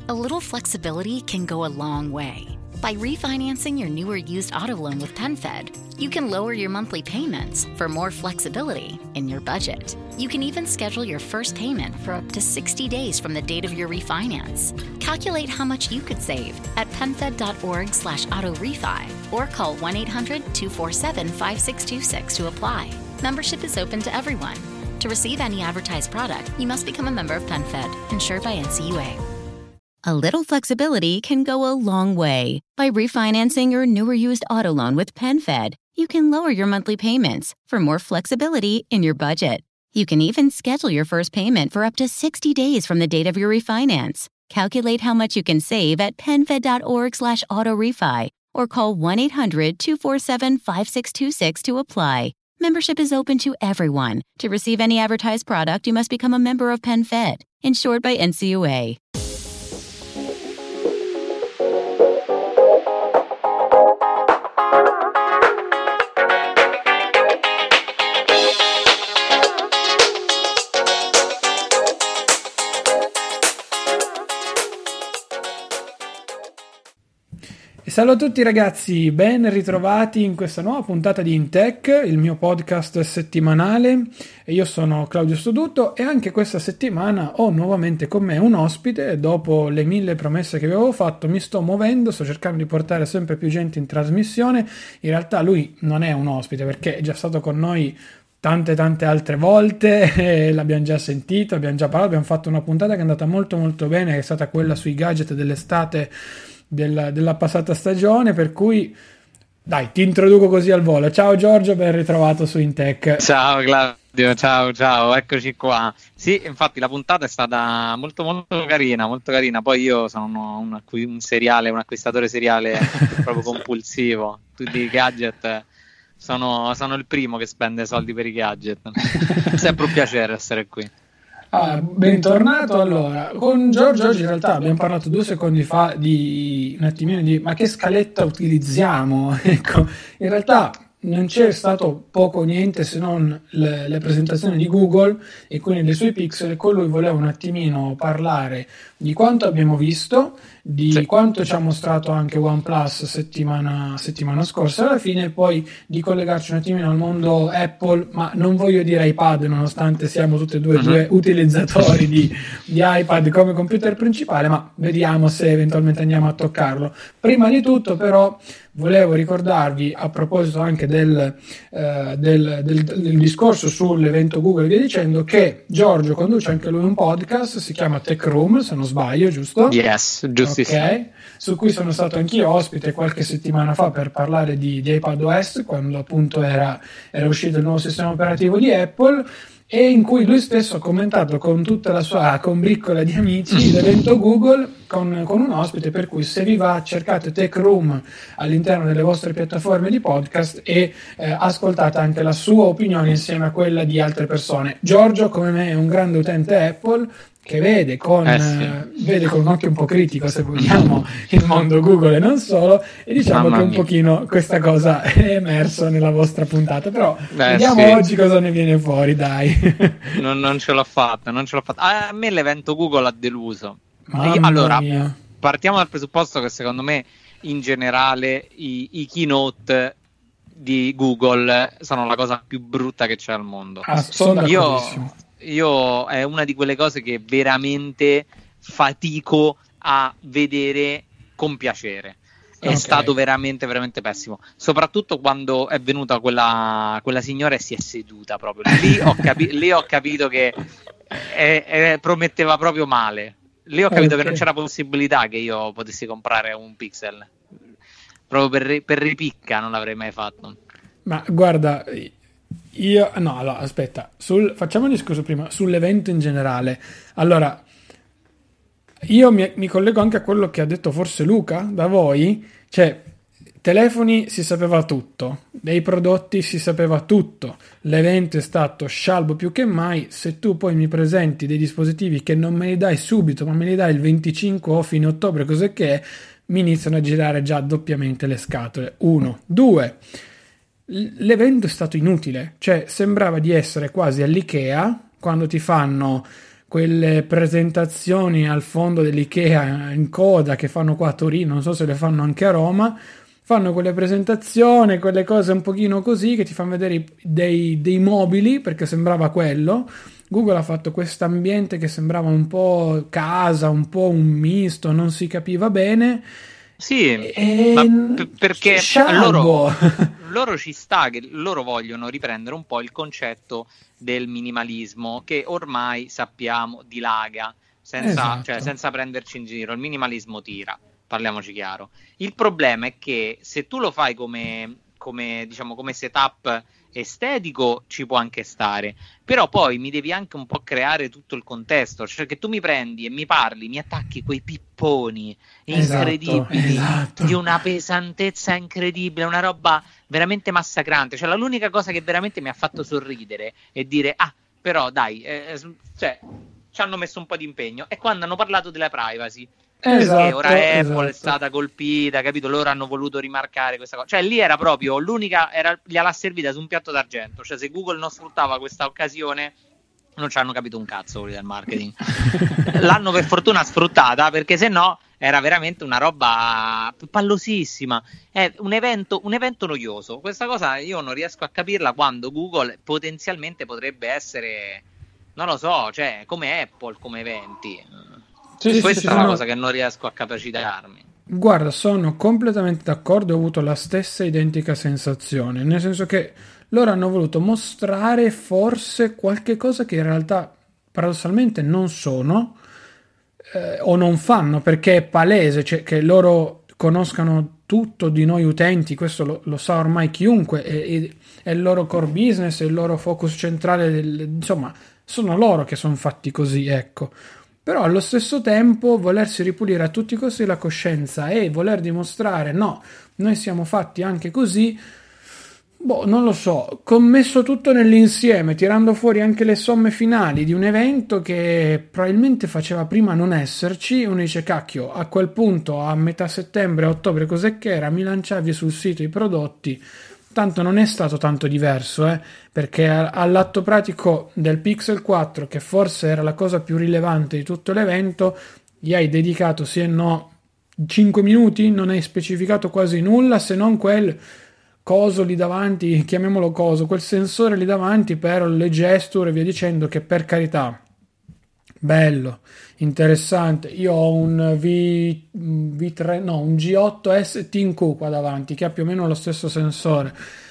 A little flexibility can go a long way. By refinancing your new or used auto loan with PenFed, you can lower your monthly payments for more flexibility in your budget. You can even schedule your first payment for up to 60 days from the date of your refinance. Calculate how much you could save at PenFed.org/auto-refi or call 1-800-247-5626 to apply. Membership is open to everyone. To receive any advertised product, you must become a member of PenFed, insured by NCUA. A little flexibility can go a long way. By refinancing your new or used auto loan with PenFed, you can lower your monthly payments for more flexibility in your budget. You can even schedule your first payment for up to 60 days from the date of your refinance. Calculate how much you can save at PenFed.org/auto-refi or call 1-800-247-5626 to apply. Membership is open to everyone. To receive any advertised product, you must become a member of PenFed, insured by NCUA. Salve a tutti ragazzi, ben ritrovati in questa nuova puntata di InTech, il mio podcast settimanale. Io sono Claudio Stoduto e anche questa settimana ho nuovamente con me un ospite. Dopo le 1000 promesse che vi avevo fatto mi sto muovendo, sto cercando di portare sempre più gente in trasmissione. In realtà lui non è un ospite perché è già stato con noi tante altre volte, l'abbiamo già sentito, abbiamo già parlato, abbiamo fatto una puntata che è andata molto bene, che è stata quella sui gadget dell'estate della passata stagione, per cui dai, ti introduco così al volo. Ciao Giorgio, ben ritrovato su InTech. Ciao Claudio, ciao, eccoci qua. Sì, infatti la puntata è stata molto carina, poi io sono un acquistatore seriale proprio compulsivo. Tutti i gadget, sono il primo che spende soldi per i gadget. Sempre un piacere essere qui. Bentornato. Allora, con Giorgio oggi in realtà abbiamo parlato 2 secondi fa di un attimino di ma che scaletta utilizziamo. Ecco, in realtà non c'è stato poco o niente se non le presentazioni di Google e quindi dei suoi pixel, e con lui volevo un attimino parlare di quanto abbiamo visto, di quanto ci ha mostrato anche OnePlus settimana scorsa alla fine, e poi di collegarci un attimino al mondo Apple, ma non voglio dire iPad nonostante siamo tutti e due utilizzatori di iPad come computer principale, ma vediamo se eventualmente andiamo a toccarlo. Prima di tutto però volevo ricordarvi, a proposito anche del discorso sull'evento Google e via dicendo, che Giorgio conduce anche lui un podcast, si chiama Tech Room, se non sbaglio, giusto? Yes, giustissimo. Ok, su cui sono stato anch'io ospite qualche settimana fa per parlare di iPadOS, quando appunto era uscito il nuovo sistema operativo di Apple, e in cui lui stesso ha commentato con tutta la sua combriccola di amici l'evento Google con un ospite, per cui se vi va cercate Tech Room all'interno delle vostre piattaforme di podcast e ascoltate anche la sua opinione insieme a quella di altre persone. Giorgio, come me, è un grande utente Apple che vede con un occhio un po' critico, se vogliamo, il mondo Google e non solo, e diciamo che un pochino questa cosa è emerso nella vostra puntata, però vediamo oggi cosa ne viene fuori, dai. Non ce l'ho fatta. A me l'evento Google ha deluso. Mia. Partiamo dal presupposto che secondo me in generale i keynote di Google sono la cosa più brutta che c'è al mondo. Sono d'accordissimo. Io è una di quelle cose che veramente fatico a vedere con piacere. È stato veramente veramente pessimo, soprattutto quando è venuta quella signora e si è seduta proprio lì ho capito che prometteva proprio male. Lì ho capito che non c'era possibilità che io potessi comprare un Pixel, proprio per ripicca non l'avrei mai fatto. Ma guarda, allora aspetta, facciamo un discorso prima sull'evento in generale. Allora, io mi collego anche a quello che ha detto forse Luca da voi, cioè telefoni si sapeva tutto, dei prodotti si sapeva tutto, l'evento è stato scialbo più che mai. Se tu poi mi presenti dei dispositivi che non me li dai subito, ma me li dai il 25 o fine ottobre, cos'è che mi iniziano a girare già doppiamente le scatole. 1, 2, l'evento è stato inutile, cioè sembrava di essere quasi all'Ikea quando ti fanno quelle presentazioni al fondo dell'Ikea in coda che fanno qua a Torino, non so se le fanno anche a Roma, fanno quelle presentazioni, quelle cose un pochino così che ti fanno vedere dei mobili, perché sembrava quello. Google ha fatto questo ambiente che sembrava un po' casa, un po' un misto, non si capiva bene. Sì, perché loro ci sta che loro vogliono riprendere un po' il concetto del minimalismo che ormai sappiamo dilaga, senza prenderci in giro. Il minimalismo tira, parliamoci chiaro. Il problema è che se tu lo fai come setup estetico ci può anche stare, però poi mi devi anche un po' creare tutto il contesto, cioè che tu mi prendi e mi parli, mi attacchi quei pipponi incredibili, di una pesantezza incredibile, una roba veramente massacrante. Cioè l'unica cosa che veramente mi ha fatto sorridere è dire però dai, ci hanno messo un po' di impegno, e quando hanno parlato della privacy. Perché ora Apple è stata colpita, capito? Loro hanno voluto rimarcare questa cosa. Cioè lì era proprio l'unica, gliela servita su un piatto d'argento. Cioè se Google non sfruttava questa occasione non ci hanno capito un cazzo quelli del marketing. L'hanno per fortuna sfruttata, perché se no era veramente una roba pallosissima. È un evento noioso. Questa cosa io non riesco a capirla, quando Google potenzialmente potrebbe essere, non lo so, cioè come Apple, come eventi. Questa è una cosa che non riesco a capacitarmi. Guarda, sono completamente d'accordo, ho avuto la stessa identica sensazione, nel senso che loro hanno voluto mostrare forse qualche cosa che in realtà paradossalmente non sono, o non fanno, perché è palese, cioè, che loro conoscano tutto di noi utenti, questo lo sa ormai chiunque, è il loro core business, è il loro focus centrale, insomma, sono loro che sono fatti così, ecco. Però allo stesso tempo volersi ripulire a tutti i costi la coscienza e voler dimostrare no, noi siamo fatti anche così, non lo so, commesso tutto nell'insieme, tirando fuori anche le somme finali di un evento che probabilmente faceva prima non esserci. Uno dice cacchio, a quel punto a metà settembre, ottobre, cos'è che era, mi lanciavi sul sito i prodotti. Tanto non è stato tanto diverso, perché all'atto pratico del Pixel 4, che forse era la cosa più rilevante di tutto l'evento, gli hai dedicato sì e no 5 minuti, non hai specificato quasi nulla se non quel coso lì davanti, chiamiamolo coso, quel sensore lì davanti per le gesture e via dicendo, che per carità, bello, interessante. Io ho un un G8S ThinQ qua davanti che ha più o meno lo stesso sensore.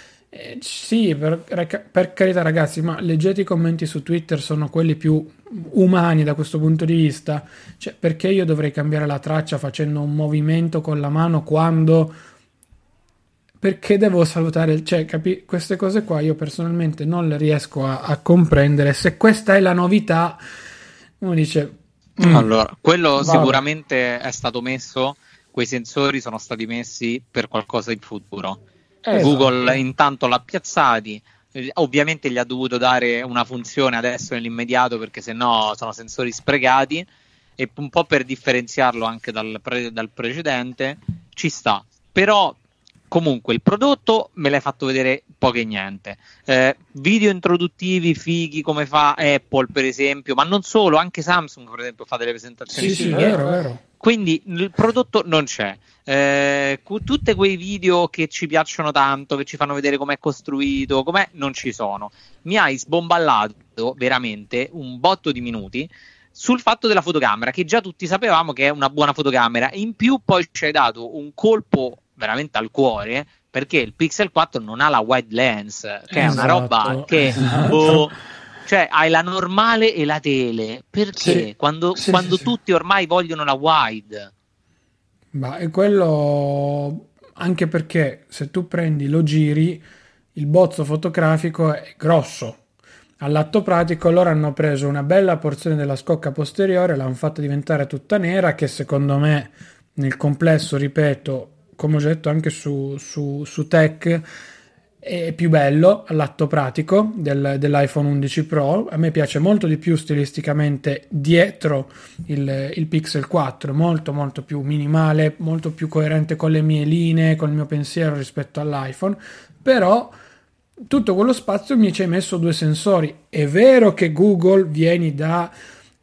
Sì, per carità ragazzi, ma leggete i commenti su Twitter, sono quelli più umani da questo punto di vista. Cioè, perché io dovrei cambiare la traccia facendo un movimento con la mano quando... Perché devo salutare, cioè, queste cose qua io personalmente non le riesco a comprendere. Se questa è la novità, uno dice... Allora, quello sicuramente è stato messo, quei sensori sono stati messi per qualcosa in futuro. Google intanto l'ha piazzati, ovviamente gli ha dovuto dare una funzione adesso nell'immediato, perché sennò sono sensori sprecati, e un po' per differenziarlo anche dal precedente ci sta. Però comunque il prodotto me l'hai fatto vedere poco e niente. Video introduttivi fighi come fa Apple per esempio, ma non solo, anche Samsung per esempio fa delle presentazioni sì, vero. Quindi il prodotto non c'è. Tutti quei video che ci piacciono tanto, che ci fanno vedere com'è costruito, com'è, non ci sono. Mi hai sbomballato veramente un botto di minuti sul fatto della fotocamera, che già tutti sapevamo che è una buona fotocamera. In più poi ci hai dato un colpo veramente al cuore, perché il Pixel 4 non ha la wide lens, che è una roba che cioè hai la normale e la tele, perché quando tutti ormai vogliono la wide? Ma è quello, anche perché se tu prendi, lo giri, il bozzo fotografico è grosso. All'atto pratico loro hanno preso una bella porzione della scocca posteriore, l'hanno fatta diventare tutta nera, che secondo me nel complesso, ripeto, come ho detto anche su Tech, è più bello all'atto pratico dell'iPhone 11 Pro. A me piace molto di più stilisticamente dietro il Pixel 4, molto molto più minimale, molto più coerente con le mie linee, con il mio pensiero rispetto all'iPhone. Però tutto quello spazio mi ci hai messo due sensori. È vero che Google vieni da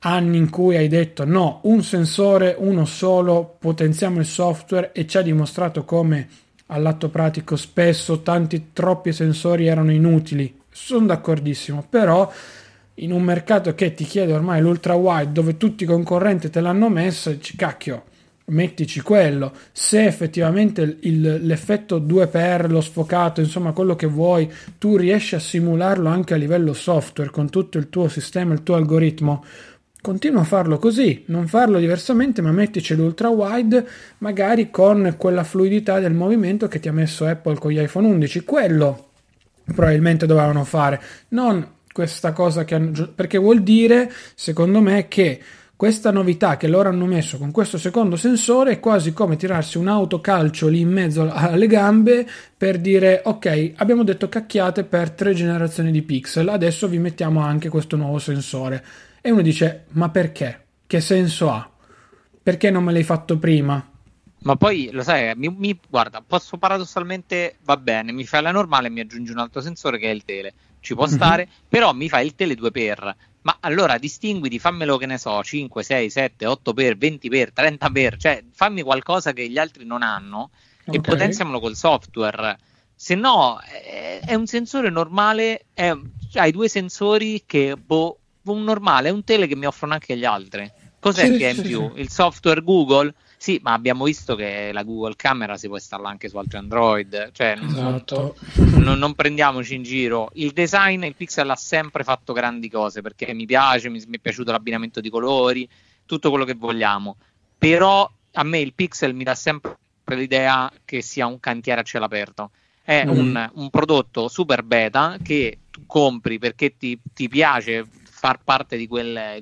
anni in cui hai detto no, un sensore, uno solo, potenziamo il software, e ci ha dimostrato come all'atto pratico spesso troppi sensori erano inutili. Sono d'accordissimo, però in un mercato che ti chiede ormai l'ultra wide, dove tutti i concorrenti te l'hanno messo, dici cacchio, mettici quello. Se effettivamente l'effetto 2x, lo sfocato, insomma quello che vuoi, tu riesci a simularlo anche a livello software con tutto il tuo sistema, il tuo algoritmo, continua a farlo così, non farlo diversamente, ma mettici l'ultra wide, magari con quella fluidità del movimento che ti ha messo Apple con gli iPhone 11. Quello probabilmente dovevano fare, non questa cosa che hanno, perché vuol dire, secondo me, che questa novità che loro hanno messo con questo secondo sensore è quasi come tirarsi un autocalcio lì in mezzo alle gambe per dire ok, abbiamo detto cacchiate per 3 generazioni di pixel, adesso vi mettiamo anche questo nuovo sensore. E uno dice ma perché? Che senso ha? Perché non me l'hai fatto prima? Ma poi lo sai, guarda, posso paradossalmente, va bene, mi fai la normale e mi aggiungi un altro sensore che è il tele, ci può stare, però mi fai il tele 2x. Ma allora distinguiti, fammelo, che ne so, 5, 6, 7, 8x, 20x, 30x, cioè fammi qualcosa che gli altri non hanno e potenziamolo col software. Se no è un sensore normale, hai 2 sensori che un normale, è un tele che mi offrono anche gli altri. Cos'è che è in più? Il software Google? Sì, ma abbiamo visto che la Google Camera si può installare anche su altri Android, cioè esatto. non prendiamoci in giro. Il design, il Pixel ha sempre fatto grandi cose, perché mi piace, mi è piaciuto l'abbinamento di colori, tutto quello che vogliamo, però a me il Pixel mi dà sempre l'idea che sia un cantiere a cielo aperto. È un prodotto super beta che tu compri perché ti piace far parte di quel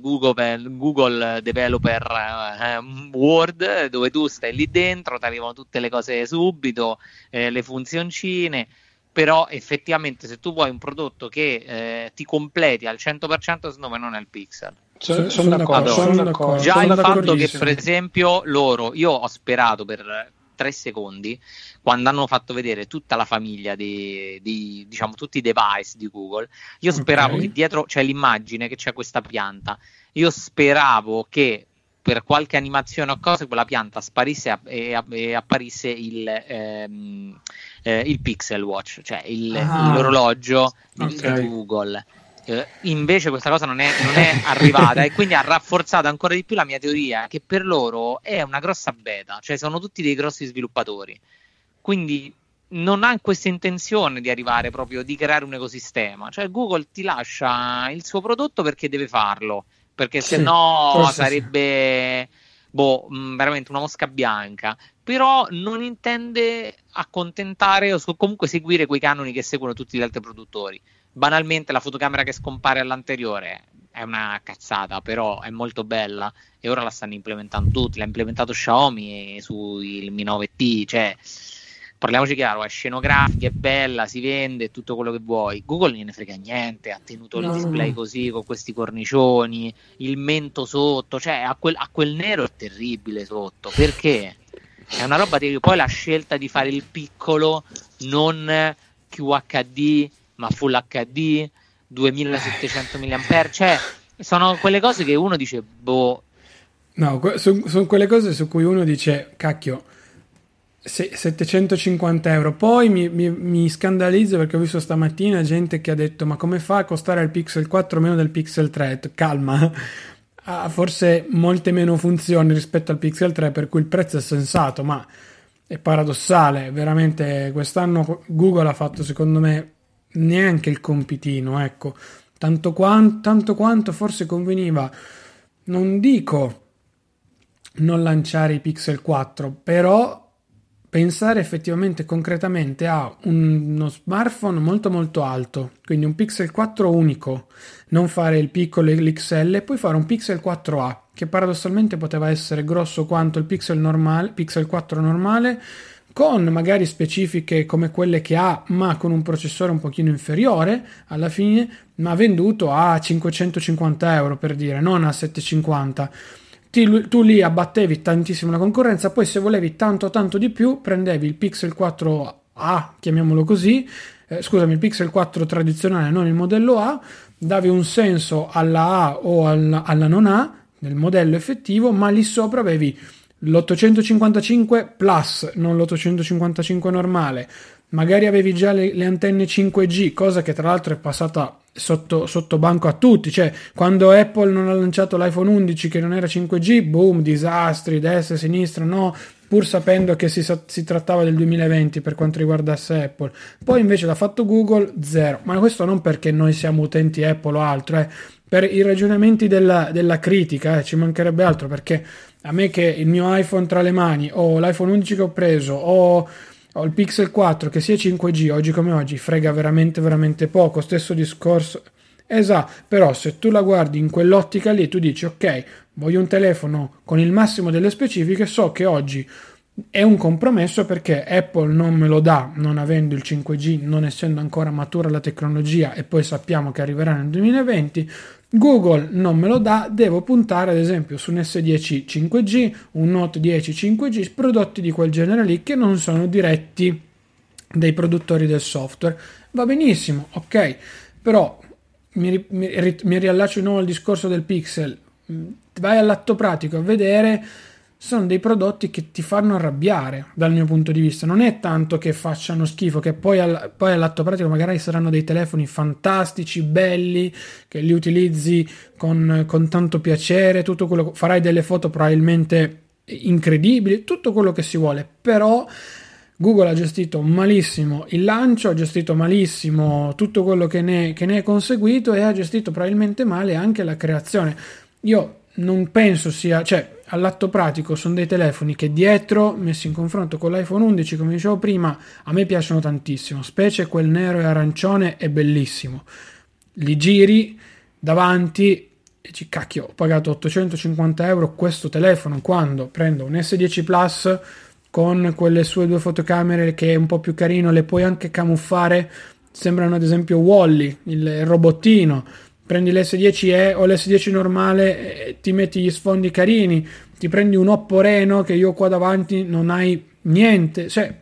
Google Developer World, dove tu stai lì dentro, ti arrivano tutte le cose subito, le funzioncine, però effettivamente se tu vuoi un prodotto che ti completi al 100%, secondo me non è il Pixel. Sono d'accordo. Già il fatto che per esempio io ho sperato per 3 secondi quando hanno fatto vedere tutta la famiglia di diciamo tutti i device di Google, io speravo che dietro c'è l'immagine che c'è questa pianta, io speravo che per qualche animazione o cosa quella pianta sparisse e apparisse il Pixel Watch, cioè l'orologio di Google. Invece questa cosa non è arrivata e quindi ha rafforzato ancora di più la mia teoria che per loro è una grossa beta, cioè sono tutti dei grossi sviluppatori, quindi non ha questa intenzione di arrivare proprio, di creare un ecosistema, cioè Google ti lascia il suo prodotto perché deve farlo, perché se no sarebbe veramente una mosca bianca, però non intende accontentare o comunque seguire quei canoni che seguono tutti gli altri produttori. Banalmente la fotocamera che scompare all'anteriore è una cazzata, però è molto bella e ora la stanno implementando tutti, l'ha implementato Xiaomi sul Mi 9T, cioè parliamoci chiaro, è scenografica, è bella, si vende, tutto quello che vuoi. Google non ne frega niente, ha tenuto il display così, con questi cornicioni, il mento sotto, cioè a quel nero è terribile sotto, perché è una roba che poi la scelta di fare il piccolo, non QHD ma Full HD, 2700 mAh, cioè sono quelle cose che uno dice no, sono quelle cose su cui uno dice cacchio, 750 euro. Poi mi scandalizzo perché ho visto stamattina gente che ha detto ma come fa a costare il Pixel 4 meno del Pixel 3? Calma, ha forse molte meno funzioni rispetto al Pixel 3, per cui il prezzo è sensato, ma è paradossale veramente. Quest'anno Google ha fatto, secondo me, neanche il compitino, ecco, tanto quanto forse conveniva, non dico non lanciare i Pixel 4, però pensare effettivamente concretamente a uno smartphone molto molto alto, quindi un Pixel 4 unico, non fare il piccolo e l'XL e poi fare un Pixel 4a che paradossalmente poteva essere grosso quanto il Pixel 4 normale, con magari specifiche come quelle che ha, ma con un processore un pochino inferiore alla fine, ma venduto a 550 euro, per dire, non a 750. Tu lì abbattevi tantissimo la concorrenza, poi se volevi tanto di più prendevi il Pixel 4a, chiamiamolo così, il Pixel 4 tradizionale, non il modello A, davi un senso alla A o alla non A nel modello effettivo, ma lì sopra avevi l'855 Plus, non l'855 normale. Magari avevi già le antenne 5G, cosa che tra l'altro è passata sotto banco a tutti. Cioè, quando Apple non ha lanciato l'iPhone 11 che non era 5G, boom, disastri, destra e sinistra, no, pur sapendo che si trattava del 2020 per quanto riguardasse Apple. Poi invece l'ha fatto Google, zero. Ma questo non perché noi siamo utenti Apple o altro, per i ragionamenti della critica, ci mancherebbe altro, perché a me che il mio iPhone tra le mani, o l'iPhone 11 che ho preso, o il Pixel 4 che sia 5G, oggi come oggi, frega veramente veramente poco. Stesso discorso, esatto. Però se tu la guardi in quell'ottica lì, tu dici ok, voglio un telefono con il massimo delle specifiche, so che oggi è un compromesso perché Apple non me lo dà, non avendo il 5G, non essendo ancora matura la tecnologia, e poi sappiamo che arriverà nel 2020. Google non me lo dà, devo puntare ad esempio su un S10 5G, un Note 10 5G, prodotti di quel genere lì che non sono diretti dai produttori del software. Va benissimo, ok, però mi riallaccio di nuovo al discorso del Pixel. Vai all'atto pratico a vedere, sono dei prodotti che ti fanno arrabbiare dal mio punto di vista. Non è tanto che facciano schifo, che poi all'atto pratico magari saranno dei telefoni fantastici, belli, che li utilizzi con tanto piacere, tutto quello, farai delle foto probabilmente incredibili, tutto quello che si vuole. Però Google ha gestito malissimo il lancio, ha gestito malissimo tutto quello che ne è conseguito, e ha gestito probabilmente male anche la creazione. Io non penso sia, cioè, all'atto pratico sono dei telefoni che dietro, messi in confronto con l'iPhone 11, come dicevo prima, a me piacciono tantissimo, specie quel nero e arancione è bellissimo. Li giri davanti e dici cacchio, ho pagato 850 euro questo telefono, quando prendo un S10 Plus con quelle sue 2 fotocamere che è un po' più carino, le puoi anche camuffare, sembrano ad esempio Wall-E, il robottino. Prendi l'S10e o l'S10 normale, ti metti gli sfondi carini, ti prendi un Oppo Reno che io qua davanti non hai niente, cioè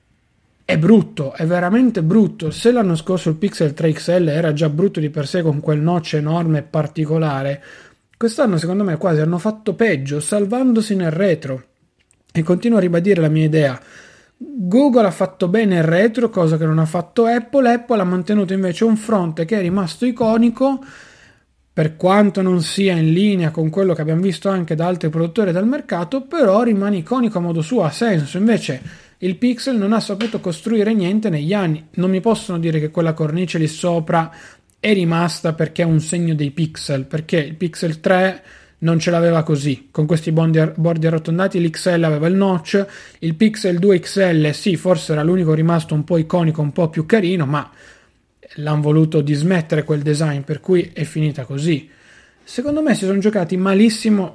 è brutto, è veramente brutto. Se l'anno scorso il Pixel 3 XL era già brutto di per sé con quel notch enorme e particolare, quest'anno secondo me quasi hanno fatto peggio, salvandosi nel retro. E continuo a ribadire la mia idea. Google ha fatto bene il retro, cosa che non ha fatto Apple. Apple ha mantenuto invece un fronte che è rimasto iconico, per quanto non sia in linea con quello che abbiamo visto anche da altri produttori del mercato, però rimane iconico a modo suo, ha senso. Invece il Pixel non ha saputo costruire niente negli anni. Non mi possono dire che quella cornice lì sopra è rimasta perché è un segno dei Pixel, perché il Pixel 3 non ce l'aveva così, con questi bordi arrotondati. L'XL aveva il notch, il Pixel 2 XL sì, forse era l'unico rimasto un po' iconico, un po' più carino, ma l'hanno voluto dismettere quel design, per cui è finita così. Secondo me si sono giocati malissimo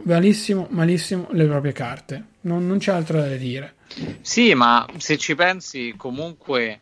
le proprie carte, non c'è altro da dire. Sì, ma se ci pensi comunque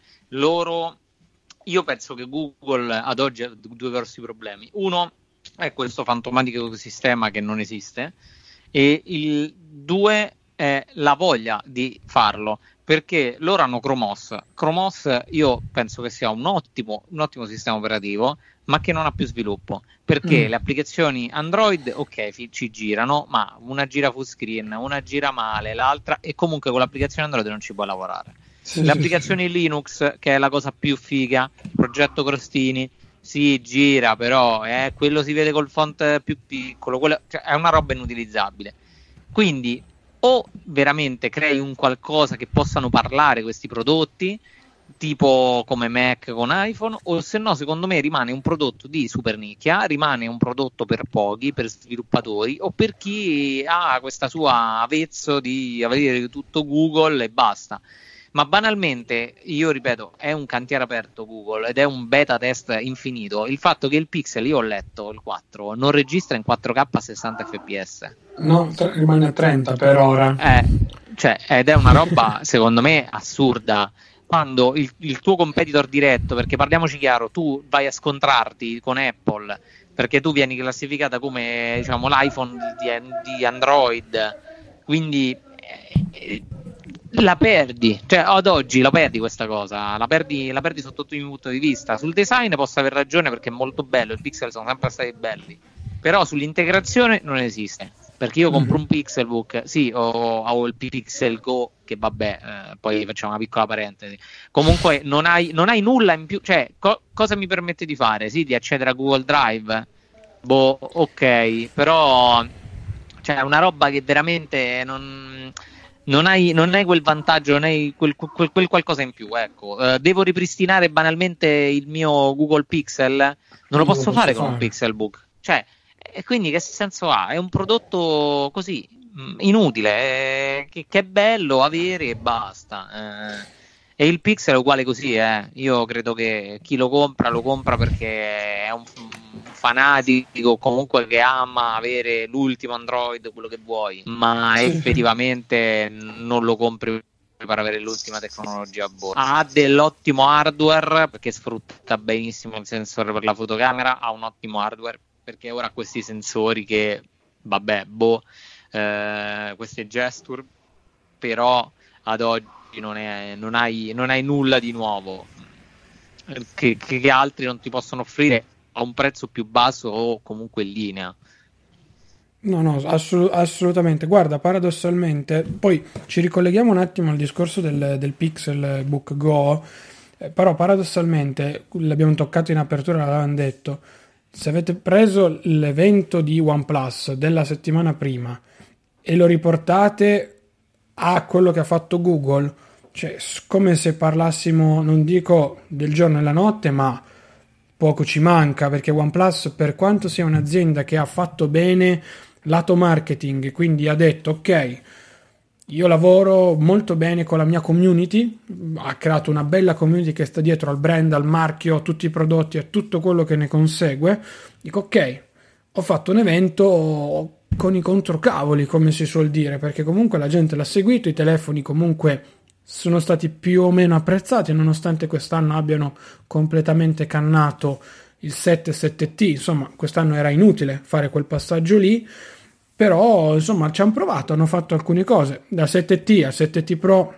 io penso che Google ad oggi ha 2 grossi problemi. Uno è questo fantomatico ecosistema che non esiste, e il 2 è la voglia di farlo, perché loro hanno Chrome OS io penso che sia un ottimo sistema operativo, ma che non ha più sviluppo, perché le applicazioni Android ci girano, ma una gira full screen, una gira male, l'altra, e comunque con l'applicazione Android non ci puoi lavorare. Le applicazioni Linux, che è la cosa più figa, progetto Crostini, si gira, però quello si vede col font più piccolo, cioè, è una roba inutilizzabile. Quindi o veramente crei un qualcosa che possano parlare questi prodotti, tipo come Mac con iPhone, o se no secondo me rimane un prodotto di super nicchia, rimane un prodotto per pochi, per sviluppatori o per chi ha questa sua avezzo di avere tutto Google e basta. Ma banalmente, io ripeto, è un cantiere aperto Google ed è un beta test infinito. Il fatto che il Pixel, io ho letto il 4, non registra in 4K a 60 fps. No, rimane a 30 per ora. Ed è una roba secondo me assurda. Quando il tuo competitor diretto, perché parliamoci chiaro, tu vai a scontrarti con Apple perché tu vieni classificata come, diciamo, l'iPhone di Android, quindi la perdi, cioè ad oggi la perdi questa cosa, la perdi sotto tutti i punti di vista. Sul design posso aver ragione perché è molto bello, i pixel sono sempre stati belli, però sull'integrazione non esiste, perché io compro un Pixelbook, sì, ho il Pixel Go, che vabbè, poi facciamo una piccola parentesi, comunque non hai nulla in più, cioè cosa mi permette di fare? Sì, di accedere a Google Drive, boh, ok, però cioè è una roba che veramente non hai quel vantaggio, non hai quel qualcosa in più, ecco. Devo ripristinare banalmente il mio Google Pixel, non lo posso fare con un Pixelbook, cioè, e quindi che senso ha? È un prodotto così inutile, che è bello avere e basta. E il Pixel è uguale così, io credo che chi lo compra perché è un fanatico, comunque che ama avere l'ultimo Android, quello che vuoi, ma effettivamente non lo compri per avere l'ultima tecnologia a bordo. Ha dell'ottimo hardware perché sfrutta benissimo il sensore per la fotocamera, ha un ottimo hardware perché ora ha questi sensori che vabbè, queste gesture, però ad oggi non hai nulla di nuovo che altri non ti possono offrire a un prezzo più basso o comunque in linea. No, assolutamente. Guarda, paradossalmente, poi ci ricolleghiamo un attimo al discorso del Pixelbook Go, però paradossalmente, l'abbiamo toccato in apertura, l'avevamo detto, se avete preso l'evento di OnePlus della settimana prima e lo riportate a quello che ha fatto Google, cioè come se parlassimo, non dico del giorno e la notte, ma poco ci manca, perché OnePlus, per quanto sia un'azienda che ha fatto bene lato marketing, quindi ha detto ok, io lavoro molto bene con la mia community, ha creato una bella community che sta dietro al brand, al marchio, a tutti i prodotti, a tutto quello che ne consegue. Dico ok, ho fatto un evento con i controcavoli, come si suol dire, perché comunque la gente l'ha seguito, i telefoni comunque sono stati più o meno apprezzati, nonostante quest'anno abbiano completamente cannato il 7 7T, insomma quest'anno era inutile fare quel passaggio lì, però insomma ci hanno provato, hanno fatto alcune cose, da 7T al 7T Pro,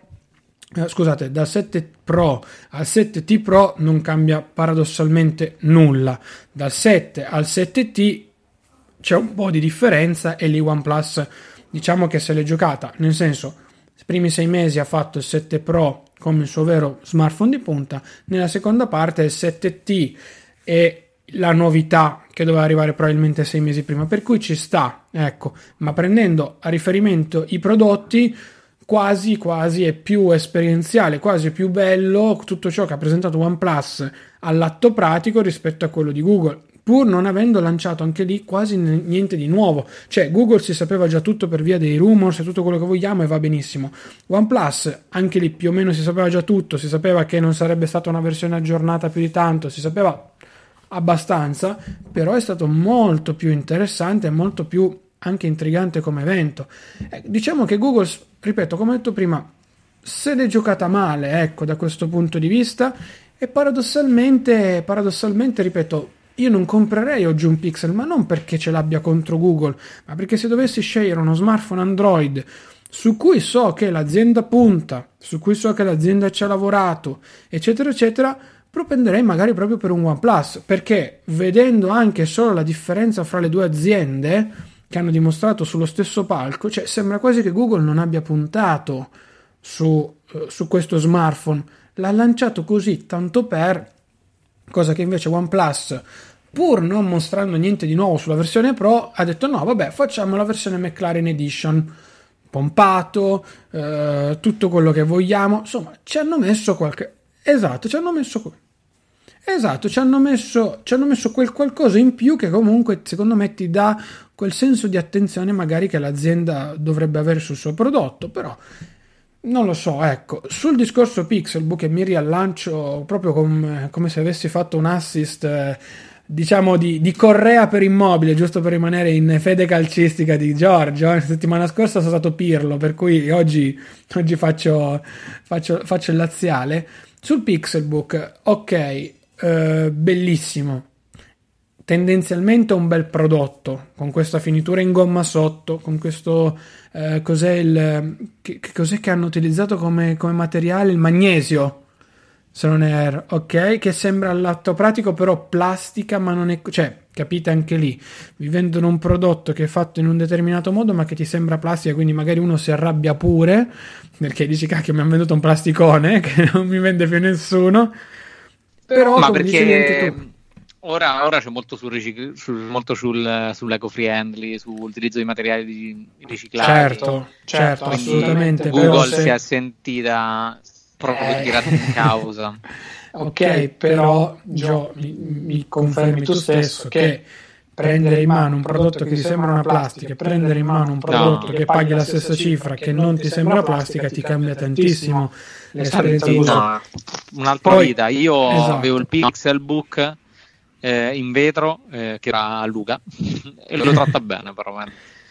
da 7 Pro al 7T Pro non cambia paradossalmente nulla, dal 7 al 7T c'è un po' di differenza e lì OnePlus diciamo che se l'è giocata, nel senso, i primi 6 mesi ha fatto il 7 Pro come il suo vero smartphone di punta, nella seconda parte il 7T e la novità che doveva arrivare probabilmente 6 mesi prima, per cui ci sta, ecco, ma prendendo a riferimento i prodotti quasi è più esperienziale, quasi più bello tutto ciò che ha presentato OnePlus all'atto pratico rispetto a quello di Google, pur non avendo lanciato anche lì quasi niente di nuovo. Cioè Google si sapeva già tutto per via dei rumors e tutto quello che vogliamo e va benissimo. OnePlus anche lì più o meno si sapeva già tutto, si sapeva che non sarebbe stata una versione aggiornata più di tanto, si sapeva abbastanza, però è stato molto più interessante e molto più anche intrigante come evento. Diciamo che Google, ripeto, come ho detto prima, se l'è giocata male, ecco, da questo punto di vista, e paradossalmente, ripeto, io non comprerei oggi un Pixel, ma non perché ce l'abbia contro Google, ma perché se dovessi scegliere uno smartphone Android su cui so che l'azienda punta, su cui so che l'azienda ci ha lavorato, eccetera, eccetera, propenderei magari proprio per un OnePlus, perché vedendo anche solo la differenza fra le due aziende che hanno dimostrato sullo stesso palco, cioè sembra quasi che Google non abbia puntato su questo smartphone, l'ha lanciato così tanto per, cosa che invece OnePlus, pur non mostrando niente di nuovo sulla versione Pro, ha detto no vabbè, facciamo la versione McLaren Edition, pompato, tutto quello che vogliamo, insomma ci hanno messo qualche... Esatto, ci hanno messo quel qualcosa in più che comunque secondo me ti dà quel senso di attenzione magari che l'azienda dovrebbe avere sul suo prodotto, però non lo so, ecco. Sul discorso Pixelbook, e mi riallancio proprio come se avessi fatto un assist diciamo di Correa per Immobile, giusto per rimanere in fede calcistica di Giorgio. La settimana scorsa sono stato Pirlo, per cui oggi faccio il laziale. Sul Pixelbook, ok, bellissimo. tendenzialmente un bel prodotto, con questa finitura in gomma sotto, con questo cos'è che hanno utilizzato come materiale? Il magnesio, se non erro, ok, che sembra all'atto pratico però plastica, ma non è, cioè, capite, anche lì vi vendono un prodotto che è fatto in un determinato modo ma che ti sembra plastica, quindi magari uno si arrabbia pure perché dici cacchio, mi hanno venduto un plasticone che non mi vende più nessuno, però ma come dicevi anche tu, ora c'è molto sull'eco-friendly, sull'utilizzo di materiali riciclati. Certo, assolutamente. Google si è sentita proprio tirata in causa. Ok, però Gio, mi confermi tu stesso che prendere in mano un prodotto che ti sembra una plastica e prendere in mano un prodotto che paghi la stessa cifra che non ti sembra plastica ti cambia tantissimo l'esperienza d'uso. No, un'altra vita. Io avevo il Pixelbook in vetro che era a Luca e lo tratta bene però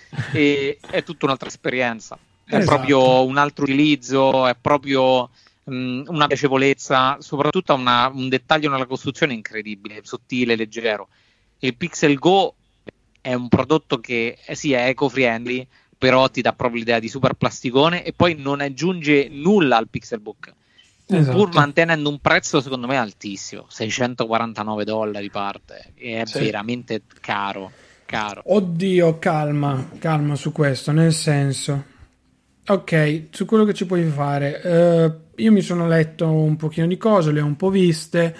e è tutta un'altra esperienza, è proprio un altro utilizzo, è proprio una piacevolezza, soprattutto un dettaglio nella costruzione incredibile, sottile, leggero. Il Pixel Go è un prodotto che sì, è eco-friendly, però ti dà proprio l'idea di super plasticone e poi non aggiunge nulla al Pixelbook. Esatto. Pur mantenendo un prezzo secondo me altissimo, $649 parte, e è veramente caro. Oddio, calma su questo, nel senso, ok, su quello che ci puoi fare, io mi sono letto un pochino di cose, le ho un po' viste.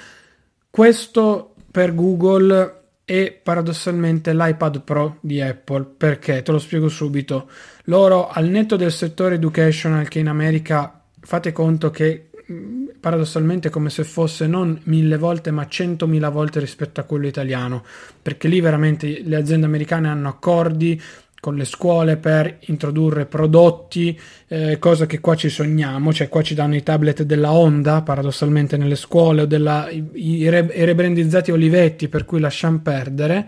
Questo per Google è paradossalmente l'iPad Pro di Apple. Perché? Te lo spiego subito. Loro, al netto del settore educational, che in America fate conto che paradossalmente è come se fosse non 1000 volte ma 100.000 volte rispetto a quello italiano, perché lì veramente le aziende americane hanno accordi con le scuole per introdurre prodotti, cosa che qua ci sogniamo, cioè qua ci danno i tablet della Honda paradossalmente nelle scuole, o i rebrandizzati Olivetti, per cui lasciamo perdere.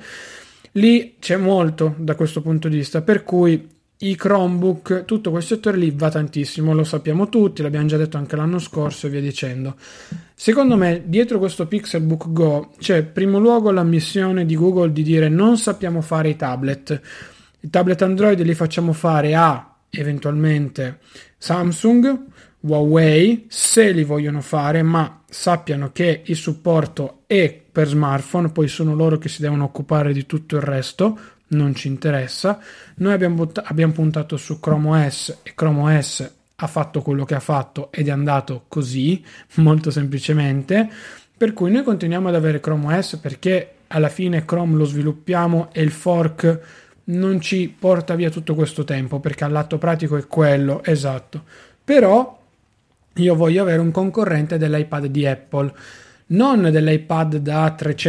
Lì c'è molto da questo punto di vista, per cui i Chromebook, tutto quel settore lì va tantissimo, lo sappiamo tutti, l'abbiamo già detto anche l'anno scorso e via dicendo. Secondo me dietro questo Pixelbook Go c'è primo luogo la missione di Google di dire non sappiamo fare i tablet Android li facciamo fare a eventualmente Samsung, Huawei, se li vogliono fare, ma sappiano che il supporto è per smartphone, poi sono loro che si devono occupare di tutto il resto, non ci interessa. Noi abbiamo puntato su Chrome OS e Chrome OS ha fatto quello che ha fatto ed è andato così, molto semplicemente, per cui noi continuiamo ad avere Chrome OS perché alla fine Chrome lo sviluppiamo e il fork non ci porta via tutto questo tempo, perché all'atto pratico è quello, esatto. Però io voglio avere un concorrente dell'iPad di Apple, non dell'iPad da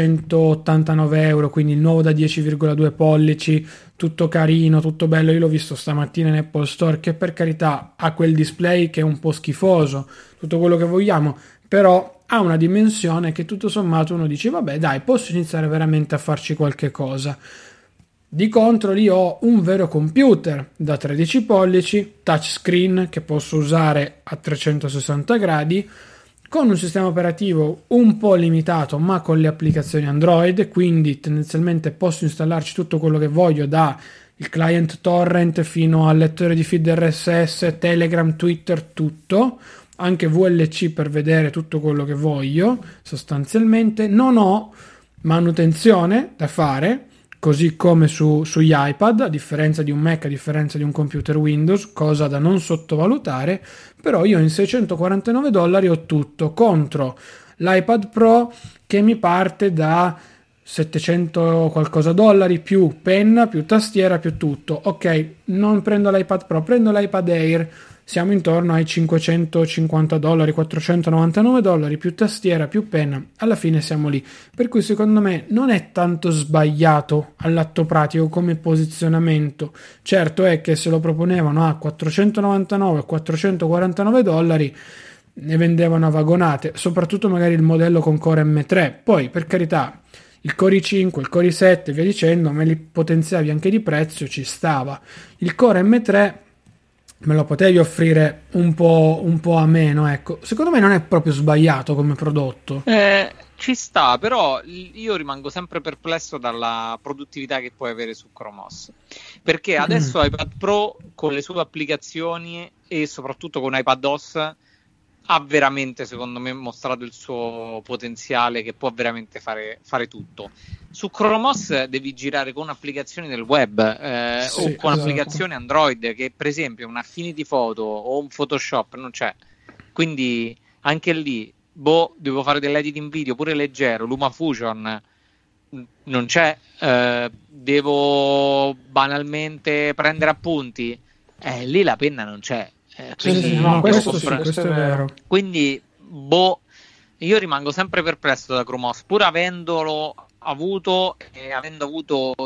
389 euro, quindi il nuovo da 10,2 pollici, tutto carino, tutto bello. Io l'ho visto stamattina in Apple Store, che per carità ha quel display che è un po' schifoso, tutto quello che vogliamo, però ha una dimensione che tutto sommato uno dice vabbè dai, posso iniziare veramente a farci qualche cosa. Di contro lì ho un vero computer da 13 pollici, touchscreen che posso usare a 360 gradi, con un sistema operativo un po' limitato ma con le applicazioni Android, quindi tendenzialmente posso installarci tutto quello che voglio, da il client torrent fino al lettore di feed RSS, Telegram, Twitter, tutto, anche VLC per vedere tutto quello che voglio. Sostanzialmente non ho manutenzione da fare, così come sugli iPad, a differenza di un Mac, a differenza di un computer Windows, cosa da non sottovalutare. Però io in $649 ho tutto, contro l'iPad Pro che mi parte da 700 qualcosa dollari, più penna, più tastiera, più tutto. Ok, non prendo l'iPad Pro, prendo l'iPad Air, siamo intorno ai $550, $499, più tastiera, più penna, alla fine siamo lì. Per cui secondo me non è tanto sbagliato all'atto pratico come posizionamento. Certo è che se lo proponevano a $499, $449 ne vendevano a vagonate, soprattutto magari il modello con Core M3. Poi per carità, il Core i5, il Core i7 via dicendo, me li potenziavi anche di prezzo, ci stava. Il Core M3 me lo potevi offrire un po' a meno, ecco. Secondo me non è proprio sbagliato come prodotto. Ci sta, però io rimango sempre perplesso dalla produttività che puoi avere su Chrome OS, perché adesso iPad Pro con le sue applicazioni e soprattutto con iPadOS ha veramente, secondo me, mostrato il suo potenziale, che può veramente fare tutto. Su Chrome OS devi girare con applicazioni del web o con applicazioni Android, che per esempio un Affinity Photo o un Photoshop non c'è, quindi anche lì devo fare dell'editing video pure leggero, LumaFusion non c'è, devo banalmente prendere appunti, lì la penna non c'è, quindi questo è vero. Quindi io rimango sempre perplesso da Chrome OS, pur avendolo avuto e avendo avuto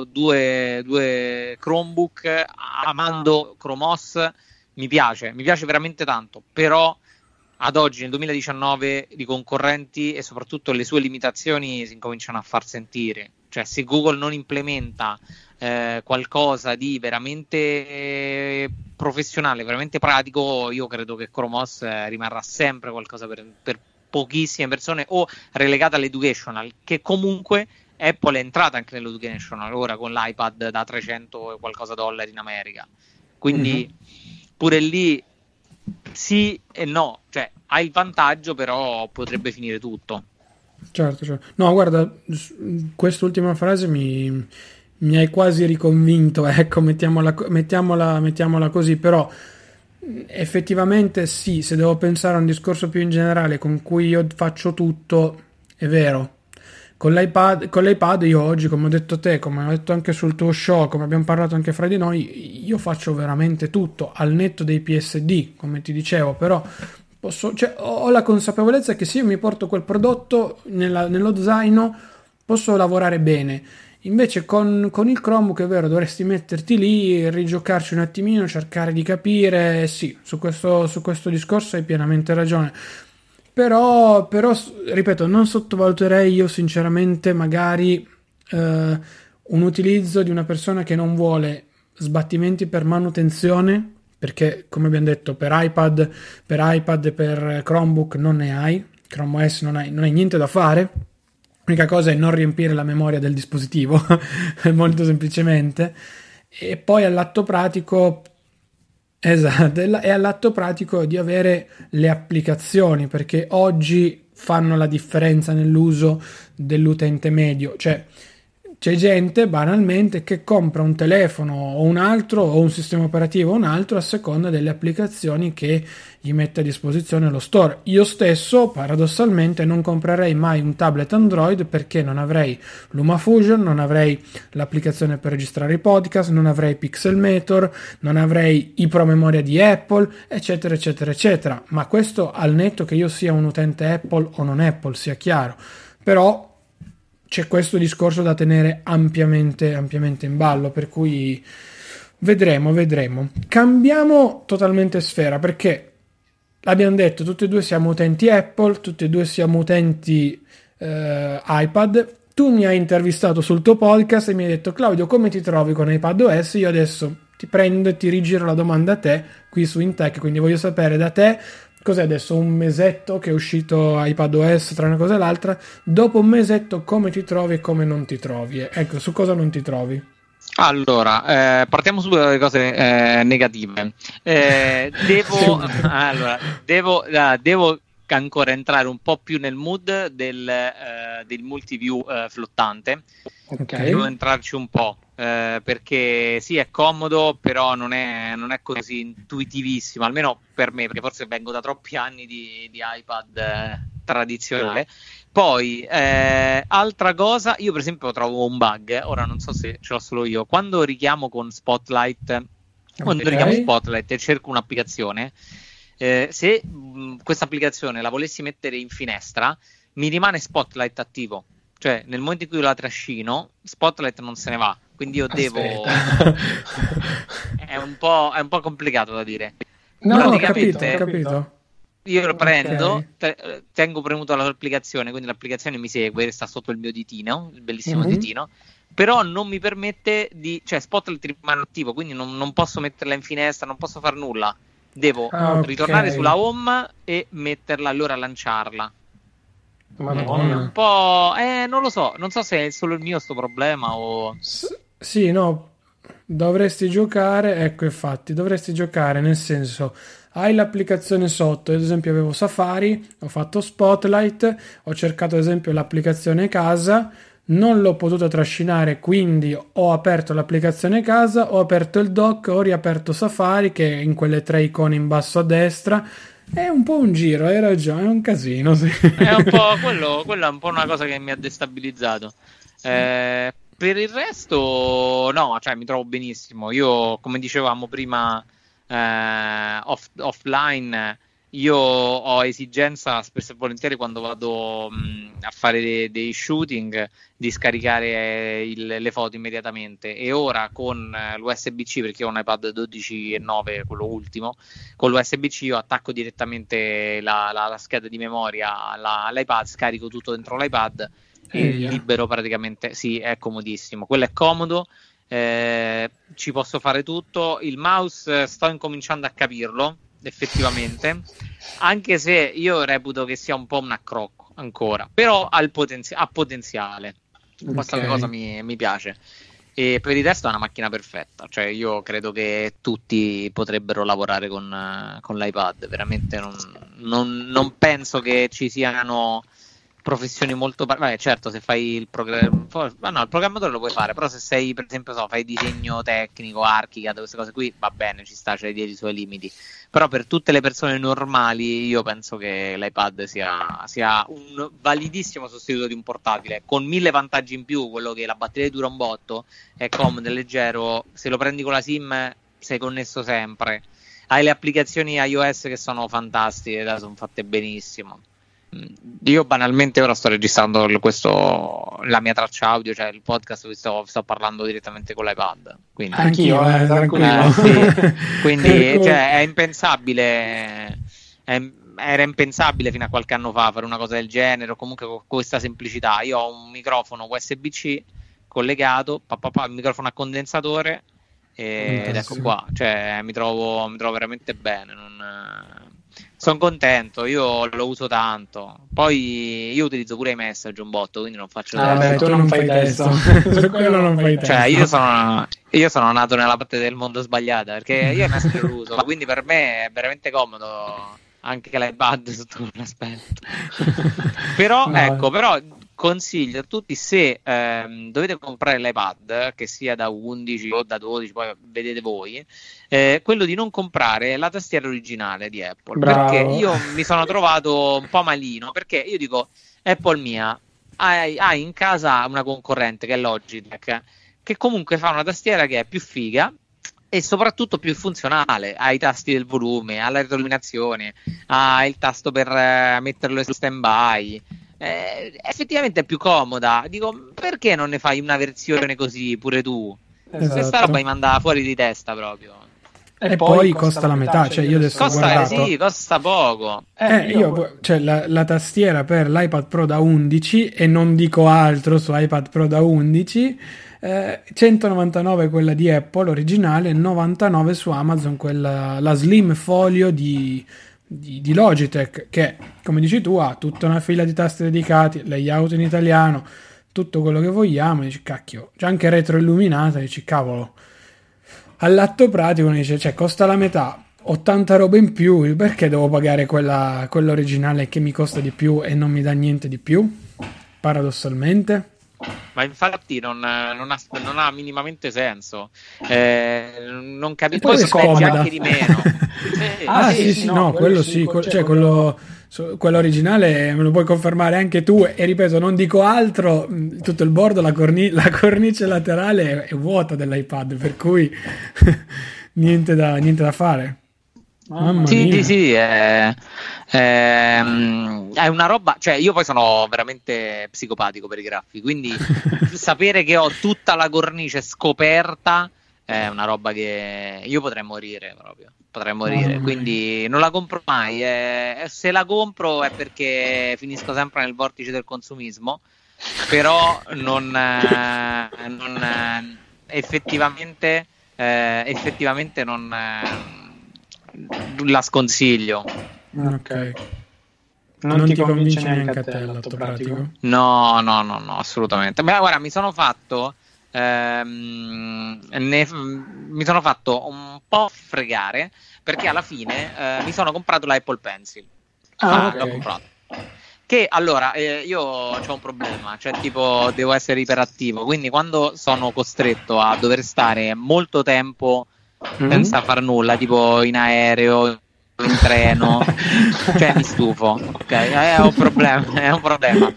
due Chromebook, amando Chrome OS, mi piace veramente tanto, però ad oggi, nel 2019, i concorrenti e soprattutto le sue limitazioni si incominciano a far sentire. Cioè, se Google non implementa qualcosa di veramente professionale, veramente pratico, io credo che Chrome OS rimarrà sempre qualcosa per pochissime persone, o relegata all'educational, che comunque Apple è entrata anche nell'educational ora con l'iPad da 300 e qualcosa dollari in America. Quindi pure lì sì e no, cioè ha il vantaggio, però potrebbe finire tutto. Certo. No, guarda, quest'ultima frase mi hai quasi riconvinto, ecco, mettiamola così, però effettivamente sì, se devo pensare a un discorso più in generale con cui io faccio tutto, è vero. Con l'iPad io oggi, come ho detto te, come ho detto anche sul tuo show, come abbiamo parlato anche fra di noi, io faccio veramente tutto, al netto dei PSD, come ti dicevo, però ho la consapevolezza che se io mi porto quel prodotto nello zaino, posso lavorare bene. Invece con il Chromebook, è vero, dovresti metterti lì, rigiocarci un attimino, cercare di capire. Sì, su questo discorso hai pienamente ragione. Però, ripeto, non sottovaluterei io sinceramente magari un utilizzo di una persona che non vuole sbattimenti per manutenzione, perché come abbiamo detto per iPad e per Chromebook non ne hai, Chrome OS non hai niente da fare, l'unica cosa è non riempire la memoria del dispositivo, molto semplicemente, e poi all'atto pratico. Esatto, è all'atto pratico di avere le applicazioni, perché oggi fanno la differenza nell'uso dell'utente medio. Cioè, c'è gente banalmente che compra un telefono o un altro, o un sistema operativo o un altro, a seconda delle applicazioni che gli mette a disposizione lo store. Io stesso, paradossalmente, non comprerei mai un tablet Android, perché non avrei LumaFusion, non avrei l'applicazione per registrare i podcast, non avrei Pixelmator, non avrei i promemoria di Apple, eccetera eccetera eccetera. Ma questo al netto che io sia un utente Apple o non Apple, sia chiaro. Però c'è questo discorso da tenere ampiamente in ballo, per cui vedremo. Cambiamo totalmente sfera, perché l'abbiamo detto, tutti e due siamo utenti Apple, tutti e due siamo utenti iPad. Tu mi hai intervistato sul tuo podcast e mi hai detto: Claudio, come ti trovi con iPadOS? Io adesso ti prendo e ti rigiro la domanda a te qui su Intech, quindi voglio sapere da te. Cos'è adesso? Un mesetto che è uscito iPadOS tra una cosa e l'altra? Dopo un mesetto come ti trovi e come non ti trovi? Ecco, su cosa non ti trovi? Allora, partiamo subito dalle cose negative. Devo ancora entrare un po' più nel mood del multiview flottante. Okay. Devo entrarci un po'. Perché sì, è comodo, però non è così intuitivissimo, almeno per me, perché forse vengo da troppi anni di iPad tradizionale. Poi altra cosa, io per esempio trovo un bug, ora non so se ce l'ho solo io, quando richiamo Spotlight e cerco un'applicazione, se questa applicazione la volessi mettere in finestra, mi rimane Spotlight attivo. Cioè, nel momento in cui la trascino, Spotlight non se ne va, quindi io devo. È un po' complicato da dire. No, ho capito. Io lo prendo, tengo premuto l'applicazione, quindi l'applicazione mi segue, sta sotto il mio ditino, il bellissimo ditino, però non mi permette cioè Spotlight rimane attivo, quindi non posso metterla in finestra, non posso far nulla. Devo ritornare sulla home e metterla, allora lanciarla. Madonna. Un po', non lo so, non so se è solo il mio sto problema o... Sì, no, dovresti giocare, ecco, infatti, dovresti giocare, nel senso, hai l'applicazione sotto, ad esempio avevo Safari, ho fatto Spotlight, ho cercato ad esempio l'applicazione casa, non l'ho potuto trascinare, quindi ho aperto l'applicazione casa, ho aperto il dock, ho riaperto Safari, che è in quelle 3 icone in basso a destra. È un po' un giro, hai ragione, è un casino, sì. È un po' quello è un po' una cosa che mi ha destabilizzato. Per il resto, no, cioè mi trovo benissimo. Io, come dicevamo prima, offline, io ho esigenza spesso e volentieri quando vado a fare dei shooting di scaricare le foto immediatamente, e ora con l'USB-C, perché ho un iPad 12.9, quello ultimo, con l'USB-C io attacco direttamente la scheda di memoria all'iPad, scarico tutto dentro l'iPad e libero praticamente. Sì, è comodissimo, quello è comodo. Ci posso fare tutto. Il mouse sto incominciando a capirlo effettivamente, anche se io reputo che sia un po' un accrocco ancora, però ha potenziale. Questa cosa mi piace, e per il resto è una macchina perfetta, cioè io credo che tutti potrebbero lavorare con l'iPad, veramente non penso che ci siano professioni molto certo, se fai il programmatore lo puoi fare, però se sei, per esempio, fai disegno tecnico, ArchiCAD, queste cose qui, va bene, ci sta, c'è i suoi limiti, però per tutte le persone normali io penso che l'iPad sia un validissimo sostituto di un portatile, con 1000 vantaggi in più. Quello che la batteria dura un botto, è comodo, è leggero, se lo prendi con la SIM sei connesso sempre, hai le applicazioni iOS che sono fantastiche, sono fatte benissimo. Io banalmente ora sto registrando la mia traccia audio, cioè il podcast, sto parlando direttamente con l'iPad, quindi anch'io, tranquillo. Sì. Quindi cioè, è impensabile, era impensabile fino a qualche anno fa fare una cosa del genere, o comunque con questa semplicità. Io ho un microfono USB-C collegato, il microfono a condensatore, ed ecco qua, cioè mi trovo veramente bene, sono contento, io lo uso tanto. Poi io utilizzo pure i message un botto, quindi non faccio tu non fai testo. Su quello non fai testo. Cioè io sono nato nella parte del mondo sbagliata, perché io i message lo uso, quindi per me è veramente comodo anche l'iPad sotto quell'aspetto. Però ecco, però consiglio a tutti, se dovete comprare l'iPad, che sia da 11 o da 12, poi vedete voi, quello di non comprare la tastiera originale di Apple. Bravo. Perché io mi sono trovato un po' malino, perché io dico, Apple mia, hai in casa una concorrente che è Logitech, che comunque fa una tastiera che è più figa e soprattutto più funzionale, ha i tasti del volume, ha la retroilluminazione, ha il tasto per metterlo su stand by. Effettivamente è più comoda. Dico, perché non ne fai una versione così pure tu? Esatto. Questa roba mi manda fuori di testa proprio. E poi costa la metà, cioè io adesso ho guardato. Sì, costa poco. Cioè la tastiera per l'iPad Pro da 11, e non dico altro su iPad Pro da 11, 199 quella di Apple originale, 99 su Amazon la Slim Folio di Logitech, che come dici tu ha tutta una fila di tasti dedicati, layout in italiano, tutto quello che vogliamo. Dici, cacchio, c'è anche retroilluminata, dici, cavolo. All'atto pratico uno dice, cioè, costa la metà, 80 robe in più, perché devo pagare quella originale che mi costa di più e non mi dà niente di più, paradossalmente? Ma infatti non ha minimamente senso. Non capisco, poi spendi anche di meno. Sì, no, quello sì, cioè quello originale me lo puoi confermare anche tu, e ripeto, non dico altro, tutto il bordo, la cornice laterale è vuota dell'iPad, per cui niente da fare. Sì, è una roba, cioè io poi sono veramente psicopatico per i graffi, quindi sapere che ho tutta la cornice scoperta è una roba che io potrei morire proprio, quindi non la compro mai, se la compro è perché finisco sempre nel vortice del consumismo, però non effettivamente non la sconsiglio. Ok. Non ti convince neanche a te l'atto pratico? No, assolutamente. Beh, guarda, mi sono fatto un po' fregare, perché alla fine mi sono comprato l'Apple Pencil. L'ho comprato. Che allora io ho un problema, cioè tipo devo essere iperattivo, quindi quando sono costretto a dover stare molto tempo senza far nulla, tipo in aereo, in treno, cioè mi stufo, ok? È un problema.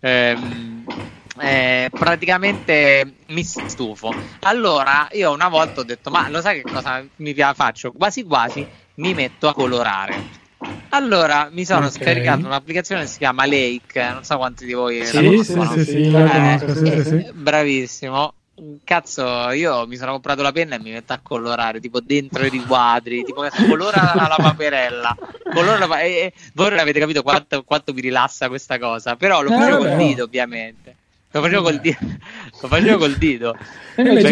Praticamente mi stufo. Allora io una volta ho detto, ma lo sai che cosa faccio? Quasi quasi mi metto a colorare. Allora mi sono scaricato un'applicazione che si chiama Lake, non so quanti di voi la conoscono. Sì, la conosco, sì. Bravissimo. Cazzo, io mi sono comprato la penna e mi metto a colorare tipo dentro i riquadri, tipo che colora la paperella. Voi non avete capito quanto mi rilassa questa cosa, però lo facevo col dito, ovviamente. Lo facevo col dito. Hai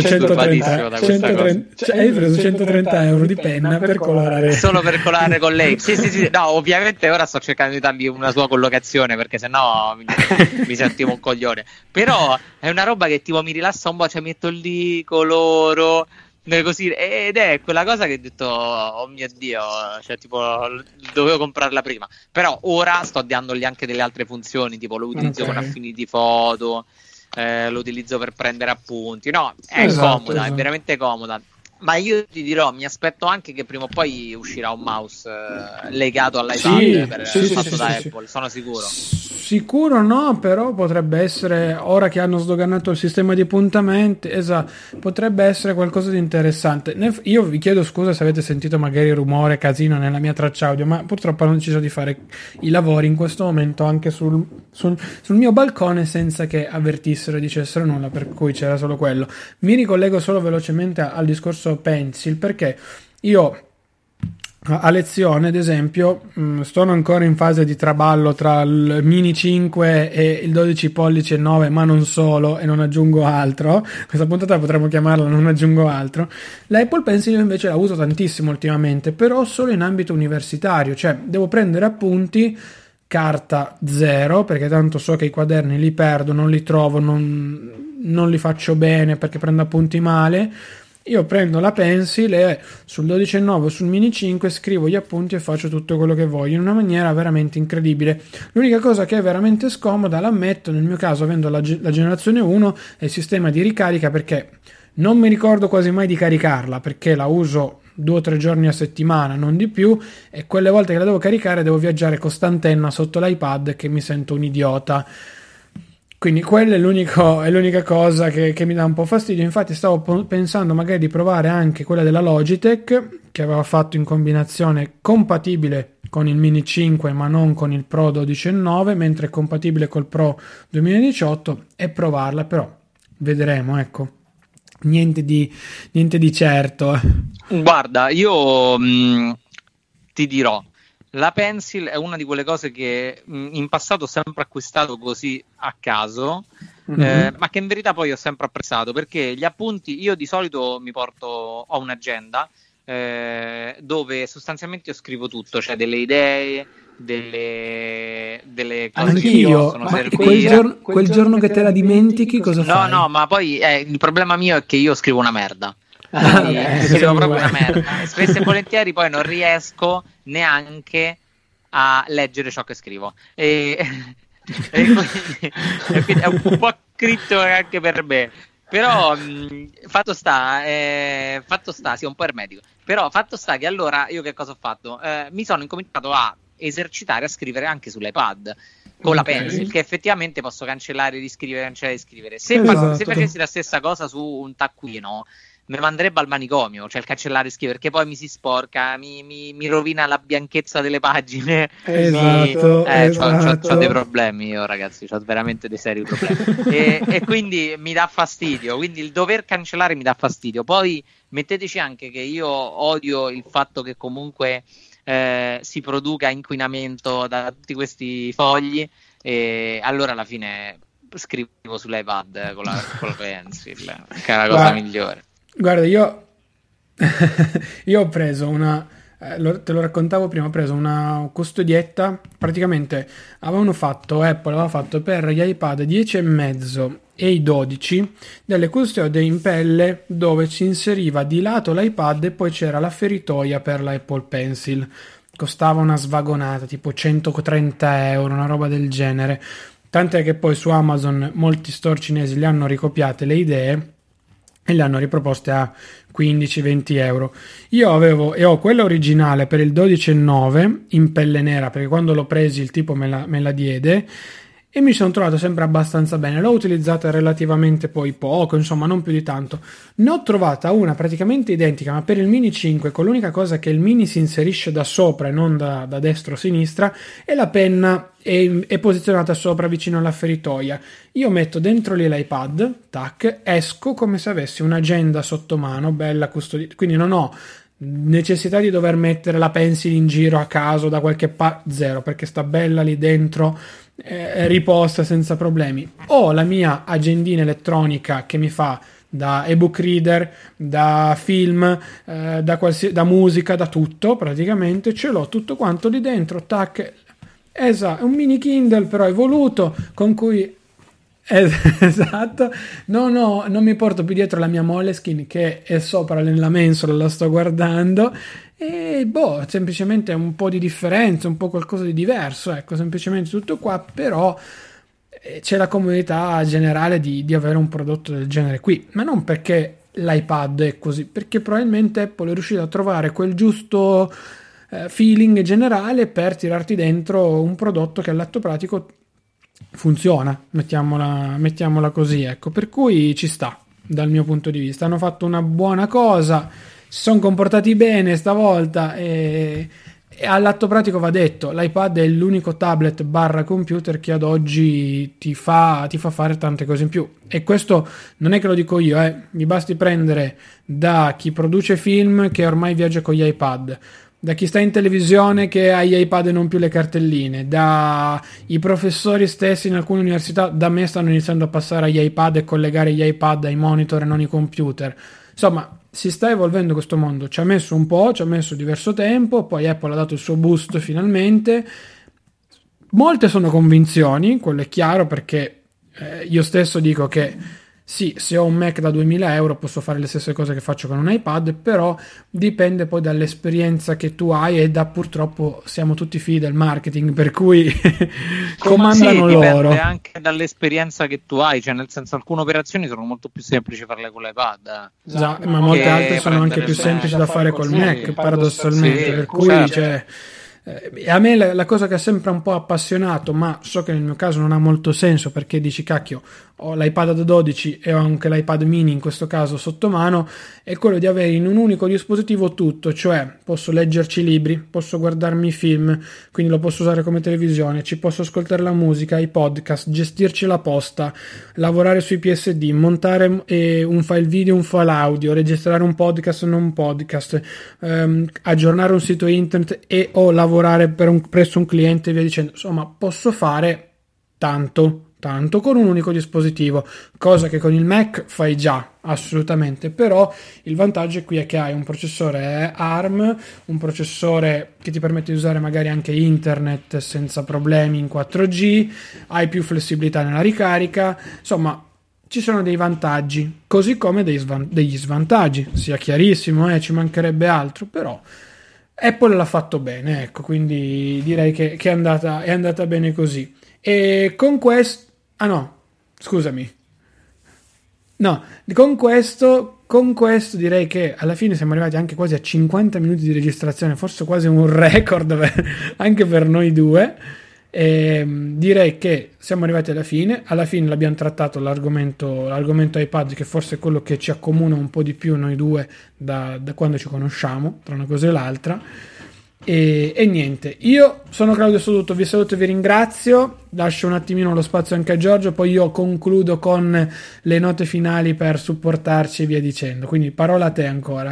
preso 130 euro di penna per colorare. Solo per colorare con lei. Sì. No, ovviamente ora sto cercando di dargli una sua collocazione, perché sennò mi sentivo un coglione. Però è una roba che tipo mi rilassa un po', cioè metto lì, coloro, così, ed è quella cosa che ho detto, oh mio Dio, cioè tipo dovevo comprarla prima. Però ora sto dandogli anche delle altre funzioni, tipo lo utilizzo con Affinity Photo, lo utilizzo per prendere appunti. No, è comoda, è veramente comoda. Ma io ti dirò, mi aspetto anche che prima o poi uscirà un mouse legato all'iPad fatto da Apple, sono sicuro. Sicuro no, però potrebbe essere, ora che hanno sdoganato il sistema di puntamenti, potrebbe essere qualcosa di interessante. Io vi chiedo scusa se avete sentito magari rumore, casino nella mia traccia audio, ma purtroppo hanno deciso di fare i lavori in questo momento anche sul mio balcone senza che avvertissero e dicessero nulla, per cui c'era solo quello. Mi ricollego solo velocemente al discorso Pencil, perché io a lezione, ad esempio, sono ancora in fase di traballo tra il Mini 5 e il 12 pollici e 9, ma non solo, e non aggiungo altro. Questa puntata potremmo chiamarla non aggiungo altro. L'Apple Pencil io invece la uso tantissimo ultimamente, però solo in ambito universitario, cioè devo prendere appunti, carta zero, perché tanto so che i quaderni li perdo, non li trovo, non li faccio bene perché prendo appunti male. Io prendo la pencil e sul 12,9 o sul Mini 5 scrivo gli appunti e faccio tutto quello che voglio in una maniera veramente incredibile. L'unica cosa che è veramente scomoda, l'ammetto, nel mio caso avendo la generazione 1, è il sistema di ricarica, perché non mi ricordo quasi mai di caricarla, perché la uso 2 o 3 giorni a settimana, non di più, e quelle volte che la devo caricare devo viaggiare con st'antenna sotto l'iPad che mi sento un idiota. Quindi quella è l'unica cosa che mi dà un po' fastidio. Infatti stavo pensando magari di provare anche quella della Logitech, che aveva fatto in combinazione compatibile con il Mini 5 ma non con il Pro 12,9, mentre è compatibile col Pro 2018, e provarla, però vedremo, ecco. Niente di certo. Guarda, io ti dirò, la Pencil è una di quelle cose che in passato ho sempre acquistato così a caso, ma che in verità poi ho sempre apprezzato, perché gli appunti, io di solito ho un'agenda dove sostanzialmente io scrivo tutto, cioè delle idee, delle cose che mi possono servire. Quel giorno che te la dimentichi cosa fai? No, ma poi il problema mio è che io scrivo una merda. Scrivo proprio una merda. Spesso e volentieri poi non riesco neanche a leggere ciò che scrivo, e quindi è un po' scritto anche per me. Però fatto sta, sì, è un po' ermetico. Però fatto sta che allora io che cosa ho fatto? Mi sono incominciato a esercitare a scrivere anche sull'iPad con la Pencil, che effettivamente posso cancellare, riscrivere, Se facessi la stessa cosa su un taccuino, mi manderebbe al manicomio, cioè il cancellare e scrivere, perché poi mi si sporca, mi rovina la bianchezza delle pagine. Esatto. C'ho dei problemi io, ragazzi, c'ho veramente dei seri problemi. e quindi mi dà fastidio, quindi il dover cancellare mi dà fastidio. Poi metteteci anche che io odio il fatto che comunque si produca inquinamento da tutti questi fogli, e allora alla fine scrivo sull'iPad con la Pencil, che è la cosa migliore. Guarda, io ho preso una te lo raccontavo prima, ho preso una custodietta, praticamente Apple aveva fatto per gli iPad 10,5 e i 12 delle custodie in pelle dove si inseriva di lato l'iPad e poi c'era la feritoia per l'Apple Pencil. Costava una svagonata, tipo 130 euro, una roba del genere. Tant'è che poi su Amazon molti store cinesi le hanno ricopiate le idee e le hanno riproposte a 15-20 euro. Io avevo e ho quella originale per il 12,9 in pelle nera, perché quando l'ho presi il tipo me la diede e mi sono trovato sempre abbastanza bene. L'ho utilizzata relativamente poi poco, insomma non più di tanto. Ne ho trovata una praticamente identica, ma per il Mini 5, con l'unica cosa che il Mini si inserisce da sopra e non da destra o sinistra, e la penna è posizionata sopra vicino alla feritoia. Io metto dentro lì l'iPad, tac, esco come se avessi un'agenda sotto mano, bella custodita, quindi non ho necessità di dover mettere la pencil in giro a caso da qualche parte, zero, perché sta bella lì dentro, riposta senza problemi. Ho la mia agendina elettronica che mi fa da ebook reader, da film, da musica, da tutto, praticamente ce l'ho tutto quanto lì dentro, tac. Esatto, è un mini Kindle però evoluto con cui esatto, no, non mi porto più dietro la mia Moleskine che è sopra nella mensola, la sto guardando e semplicemente un po' di differenza, un po' qualcosa di diverso, ecco, semplicemente tutto qua, però c'è la comodità generale di avere un prodotto del genere qui, ma non perché l'iPad è così, perché probabilmente Apple è riuscito a trovare quel giusto feeling generale per tirarti dentro un prodotto che all'atto pratico funziona, mettiamola così, ecco, per cui ci sta dal mio punto di vista. Hanno fatto una buona cosa, si sono comportati bene stavolta e all'atto pratico va detto, l'iPad è l'unico tablet / computer che ad oggi ti fa fare tante cose in più, e questo non è che lo dico io, mi basti prendere da chi produce film che ormai viaggia con gli iPad, da chi sta in televisione che ha gli iPad e non più le cartelline, da i professori stessi in alcune università, da me stanno iniziando a passare agli iPad e collegare gli iPad ai monitor e non i computer. Insomma, si sta evolvendo questo mondo, ci ha messo un po', ci ha messo diverso tempo, poi Apple ha dato il suo boost finalmente. Molte sono convinzioni, quello è chiaro, perché io stesso dico che sì, se ho un Mac da 2000 euro posso fare le stesse cose che faccio con un iPad, però dipende poi dall'esperienza che tu hai e purtroppo siamo tutti figli del marketing, per cui comandano loro. Dipende anche dall'esperienza che tu hai, cioè nel senso alcune operazioni sono molto più semplici farle con l'iPad. Esatto, ma molte altre sono anche più semplici da fare col Mac, paradossalmente, per cui cioè, a me la cosa che ha sempre un po' appassionato, ma so che nel mio caso non ha molto senso, perché dici cacchio, ho l'iPad da 12 e ho anche l'iPad mini in questo caso sotto mano, è quello di avere in un unico dispositivo tutto, cioè posso leggerci libri, posso guardarmi film, quindi lo posso usare come televisione, ci posso ascoltare la musica, i podcast, gestirci la posta, lavorare sui PSD, montare un file video, un file audio, registrare un podcast o non un podcast, aggiornare un sito internet o lavorare presso un cliente e via dicendo. Insomma, posso fare tanto con un unico dispositivo, cosa che con il Mac fai già assolutamente, però il vantaggio qui è che hai un processore ARM, un processore che ti permette di usare magari anche internet senza problemi in 4G, hai più flessibilità nella ricarica, insomma ci sono dei vantaggi così come degli svantaggi, sia chiarissimo, ci mancherebbe altro, però Apple l'ha fatto bene, ecco, quindi direi che è andata bene così. E con questo con questo direi che alla fine siamo arrivati anche quasi a 50 minuti di registrazione, forse quasi un record anche per noi due. E direi che siamo arrivati alla fine l'abbiamo trattato l'argomento iPad, che forse è quello che ci accomuna un po' di più noi due da quando ci conosciamo, tra una cosa e l'altra. E niente, io sono Claudio Soduto, vi saluto e vi ringrazio, lascio un attimino lo spazio anche a Giorgio, poi io concludo con le note finali per supportarci e via dicendo, quindi parola a te ancora.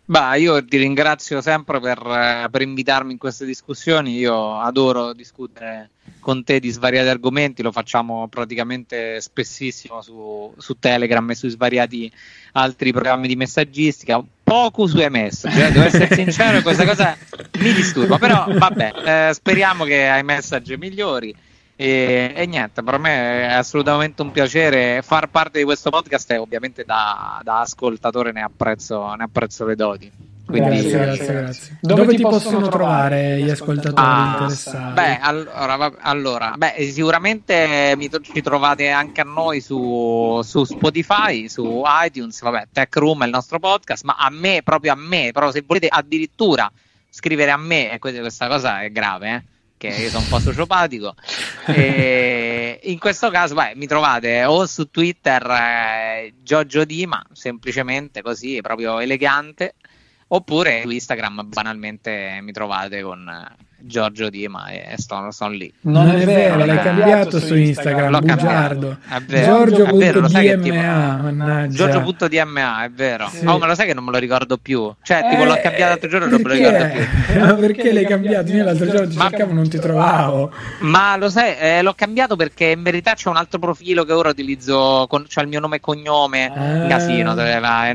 Bah, io ti ringrazio sempre per invitarmi in queste discussioni. Io adoro discutere con te di svariati argomenti, lo facciamo praticamente spessissimo su Telegram e su svariati altri programmi di messaggistica, poco su iMessage, devo essere sincero, questa cosa mi disturba, però vabbè, speriamo che iMessage migliori. E niente, per me è assolutamente un piacere far parte di questo podcast e ovviamente da ascoltatore ne apprezzo le doti. Quindi, grazie. Dove ti possono trovare gli ascoltatori interessati? Beh, sicuramente ci trovate anche a noi su Spotify, su iTunes, vabbè, Tech Room è il nostro podcast, ma proprio a me, però se volete addirittura scrivere a me, e questa cosa è grave, che io sono un po' sociopatico, e in questo caso mi trovate o su Twitter Giorgio Dima, semplicemente così, proprio elegante, oppure su Instagram banalmente mi trovate con Giorgio Dima e sono lì. Non è vero, l'hai cambiato su Instagram, bugiardo. È vero, Giorgio.dma. Giorgio.dma, è vero. Sì. Oh, ma lo sai che non me lo ricordo più. Cioè, tipo l'ho cambiato l'altro giorno e non me lo ricordo più. Ma perché l'hai cambiato? Io l'altro giorno ti cercavo e non ti trovavo. Ma lo sai, l'ho cambiato perché in verità c'è un altro profilo che ora utilizzo, c'è il mio nome e cognome, casino, però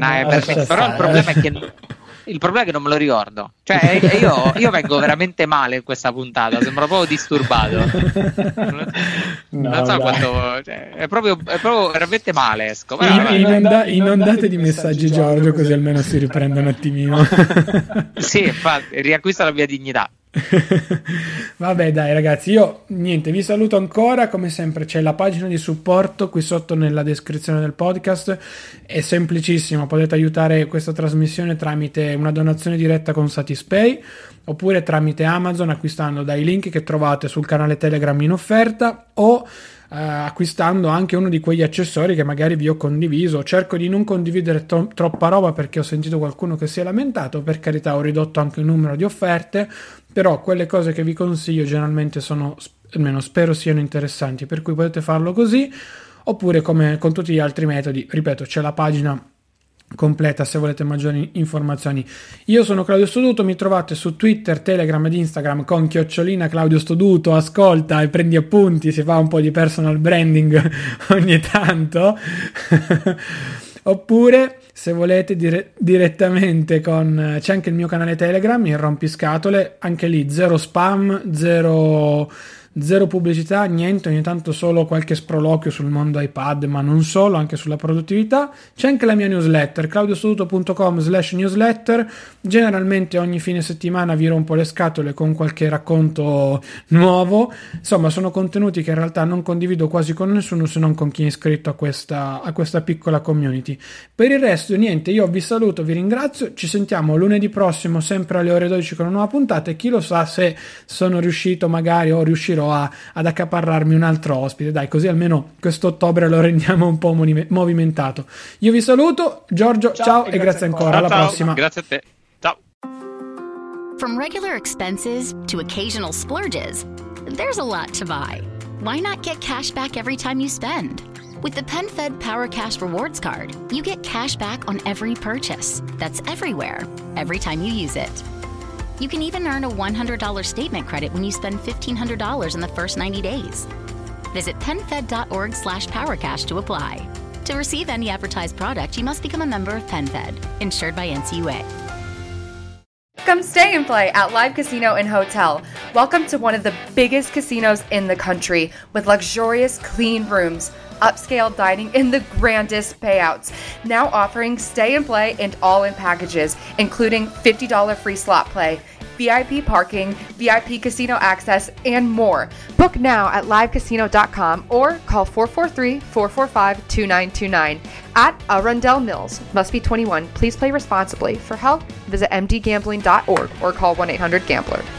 il problema è che non me lo ricordo. Cioè, io vengo veramente male in questa puntata. Sembro proprio disturbato. Non so quanto. Cioè, è proprio veramente male. Esco. Inondate di messaggi, Giorgio, così almeno si riprende un attimino. Sì, infatti, riacquista la mia dignità. Vabbè, dai, ragazzi, io vi saluto ancora. Come sempre c'è la pagina di supporto qui sotto nella descrizione del podcast, è semplicissimo, potete aiutare questa trasmissione tramite una donazione diretta con Satispay oppure tramite Amazon acquistando dai link che trovate sul canale Telegram in offerta o acquistando anche uno di quegli accessori che magari vi ho condiviso. Cerco di non condividere troppa roba perché ho sentito qualcuno che si è lamentato. Per carità, ho ridotto anche il numero di offerte, però quelle cose che vi consiglio generalmente sono, almeno spero siano interessanti, per cui potete farlo così, oppure come con tutti gli altri metodi. Ripeto, c'è la pagina completa se volete maggiori informazioni. Io sono Claudio Stoduto, mi trovate su Twitter, Telegram ed Instagram con @Claudio Stoduto. Ascolta e prendi appunti, si fa un po' di personal branding ogni tanto. Oppure se volete direttamente c'è anche il mio canale Telegram, il Rompiscatole, anche lì zero spam, zero pubblicità, niente, ogni tanto solo qualche sproloquio sul mondo iPad, ma non solo, anche sulla produttività. C'è anche la mia newsletter, claudiostoduto.com/newsletter. Generalmente ogni fine settimana vi rompo le scatole con qualche racconto nuovo. Insomma, sono contenuti che in realtà non condivido quasi con nessuno se non con chi è iscritto a questa piccola community. Per il resto niente, io vi saluto, vi ringrazio, ci sentiamo lunedì prossimo sempre alle ore 12 con una nuova puntata e chi lo sa se sono riuscito magari o riuscirò ad accaparrarmi un altro ospite. Dai, così almeno quest'ottobre lo rendiamo un po' movimentato. Io vi saluto, Giorgio, ciao e grazie ancora. Alla prossima. Grazie a te. Ciao. From regular expenses to occasional splurges, there's a lot to buy. Why not get cash back every time you spend? With the PenFed Power Cash Rewards Card, you get cash back on every purchase. That's everywhere, every time you use it. You can even earn a $100 statement credit when you spend $1,500 in the first 90 days. Visit PenFed.org/PowerCash to apply. To receive any advertised product, you must become a member of PenFed, insured by NCUA. Come stay and play at Live Casino and Hotel. Welcome to one of the biggest casinos in the country with luxurious, clean rooms, upscale dining, and the grandest payouts. Now offering stay and play and all-in packages, including $50 free slot play, VIP parking, VIP casino access, and more. Book now at livecasino.com or call 443-445-2929 at Arundel Mills. Must be 21. Please play responsibly. For help, visit mdgambling.org or call 1-800-GAMBLER.